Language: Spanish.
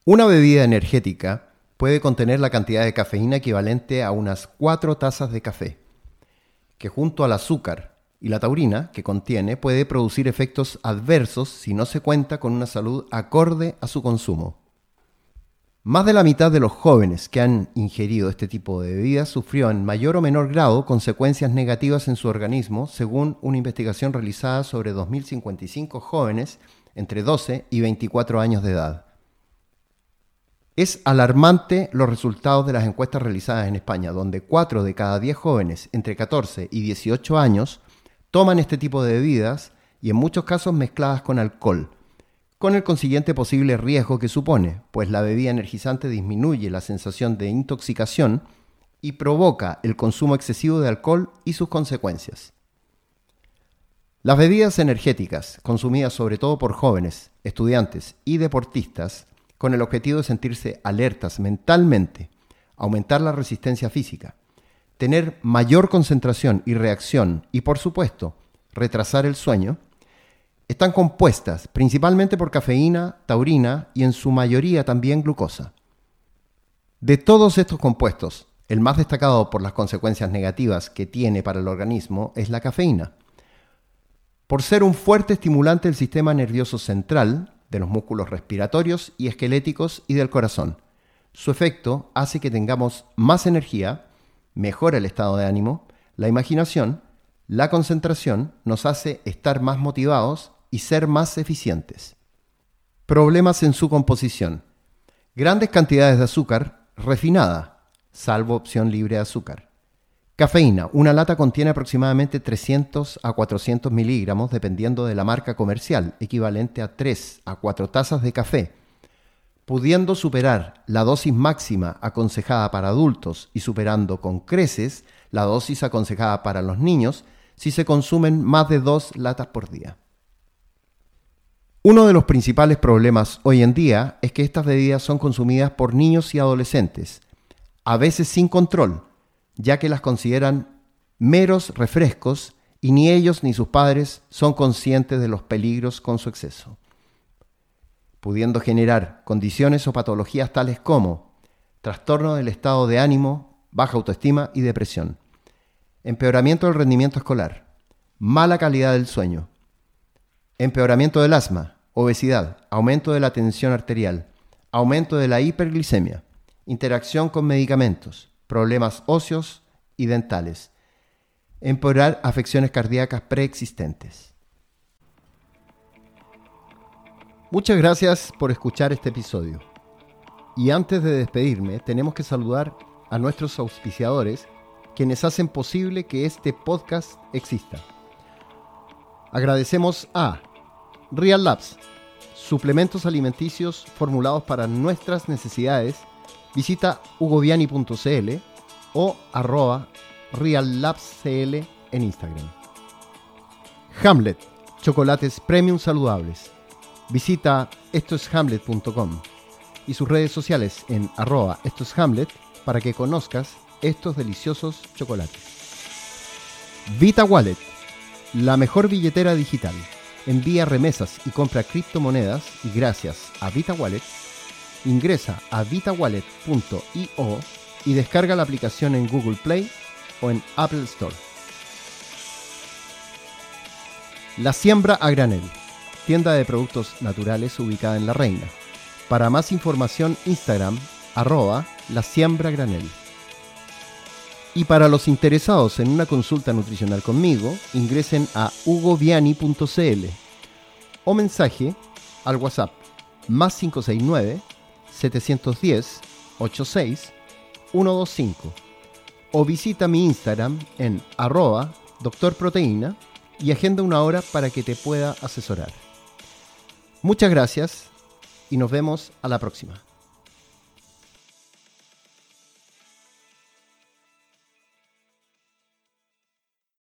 Una bebida energética puede contener la cantidad de cafeína equivalente a unas 4 tazas de café, que junto al azúcar y la taurina que contiene puede producir efectos adversos si no se cuenta con una salud acorde a su consumo. Más de la mitad de los jóvenes que han ingerido este tipo de bebidas sufrió en mayor o menor grado consecuencias negativas en su organismo, según una investigación realizada sobre 2.055 jóvenes entre 12 y 24 años de edad. Es alarmante los resultados de las encuestas realizadas en España, donde 4 de cada 10 jóvenes entre 14 y 18 años toman este tipo de bebidas y en muchos casos mezcladas con alcohol, con el consiguiente posible riesgo que supone, pues la bebida energizante disminuye la sensación de intoxicación y provoca el consumo excesivo de alcohol y sus consecuencias. Las bebidas energéticas, consumidas sobre todo por jóvenes, estudiantes y deportistas, con el objetivo de sentirse alertas mentalmente, aumentar la resistencia física, tener mayor concentración y reacción y, por supuesto, retrasar el sueño, están compuestas principalmente por cafeína, taurina y en su mayoría también glucosa. De todos estos compuestos, el más destacado por las consecuencias negativas que tiene para el organismo es la cafeína. Por ser un fuerte estimulante del sistema nervioso central, de los músculos respiratorios y esqueléticos y del corazón. Su efecto hace que tengamos más energía, mejora el estado de ánimo, la imaginación, la concentración, nos hace estar más motivados y ser más eficientes. Problemas en su composición. Grandes cantidades de azúcar refinada, salvo opción libre de azúcar. Cafeína. Una lata contiene aproximadamente 300 a 400 miligramos dependiendo de la marca comercial, equivalente a 3 a 4 tazas de café, pudiendo superar la dosis máxima aconsejada para adultos y superando con creces la dosis aconsejada para los niños si se consumen más de 2 latas por día. Uno de los principales problemas hoy en día es que estas bebidas son consumidas por niños y adolescentes, a veces sin control, ya que las consideran meros refrescos y ni ellos ni sus padres son conscientes de los peligros con su exceso, pudiendo generar condiciones o patologías tales como trastorno del estado de ánimo, baja autoestima y depresión, empeoramiento del rendimiento escolar, mala calidad del sueño, empeoramiento del asma, obesidad, aumento de la tensión arterial, aumento de la hiperglicemia, interacción con medicamentos, problemas óseos y dentales, empeorar afecciones cardíacas preexistentes. Muchas gracias por escuchar este episodio. Y antes de despedirme, tenemos que saludar a nuestros auspiciadores, quienes hacen posible que este podcast exista. Agradecemos a Real Labs, suplementos alimenticios formulados para nuestras necesidades. Visita hugoviani.cl o @reallabscl en Instagram. Hamlet, chocolates premium saludables. Visita estoeshamlet.com y sus redes sociales en @estoeshamlet para que conozcas estos deliciosos chocolates. Vita Wallet, la mejor billetera digital. Envía remesas y compra criptomonedas y gracias a Vita Wallet, ingresa a vitawallet.io y descarga la aplicación en Google Play o en Apple Store. La Siembra a Granel, tienda de productos naturales ubicada en La Reina. Para más información, Instagram, @lasiembra_granel. Y para los interesados en una consulta nutricional conmigo, ingresen a hugoviani.cl o mensaje al WhatsApp +569 710 86 125 o visita mi Instagram en @doctorproteína y agenda una hora para que te pueda asesorar. Muchas gracias y nos vemos a la próxima.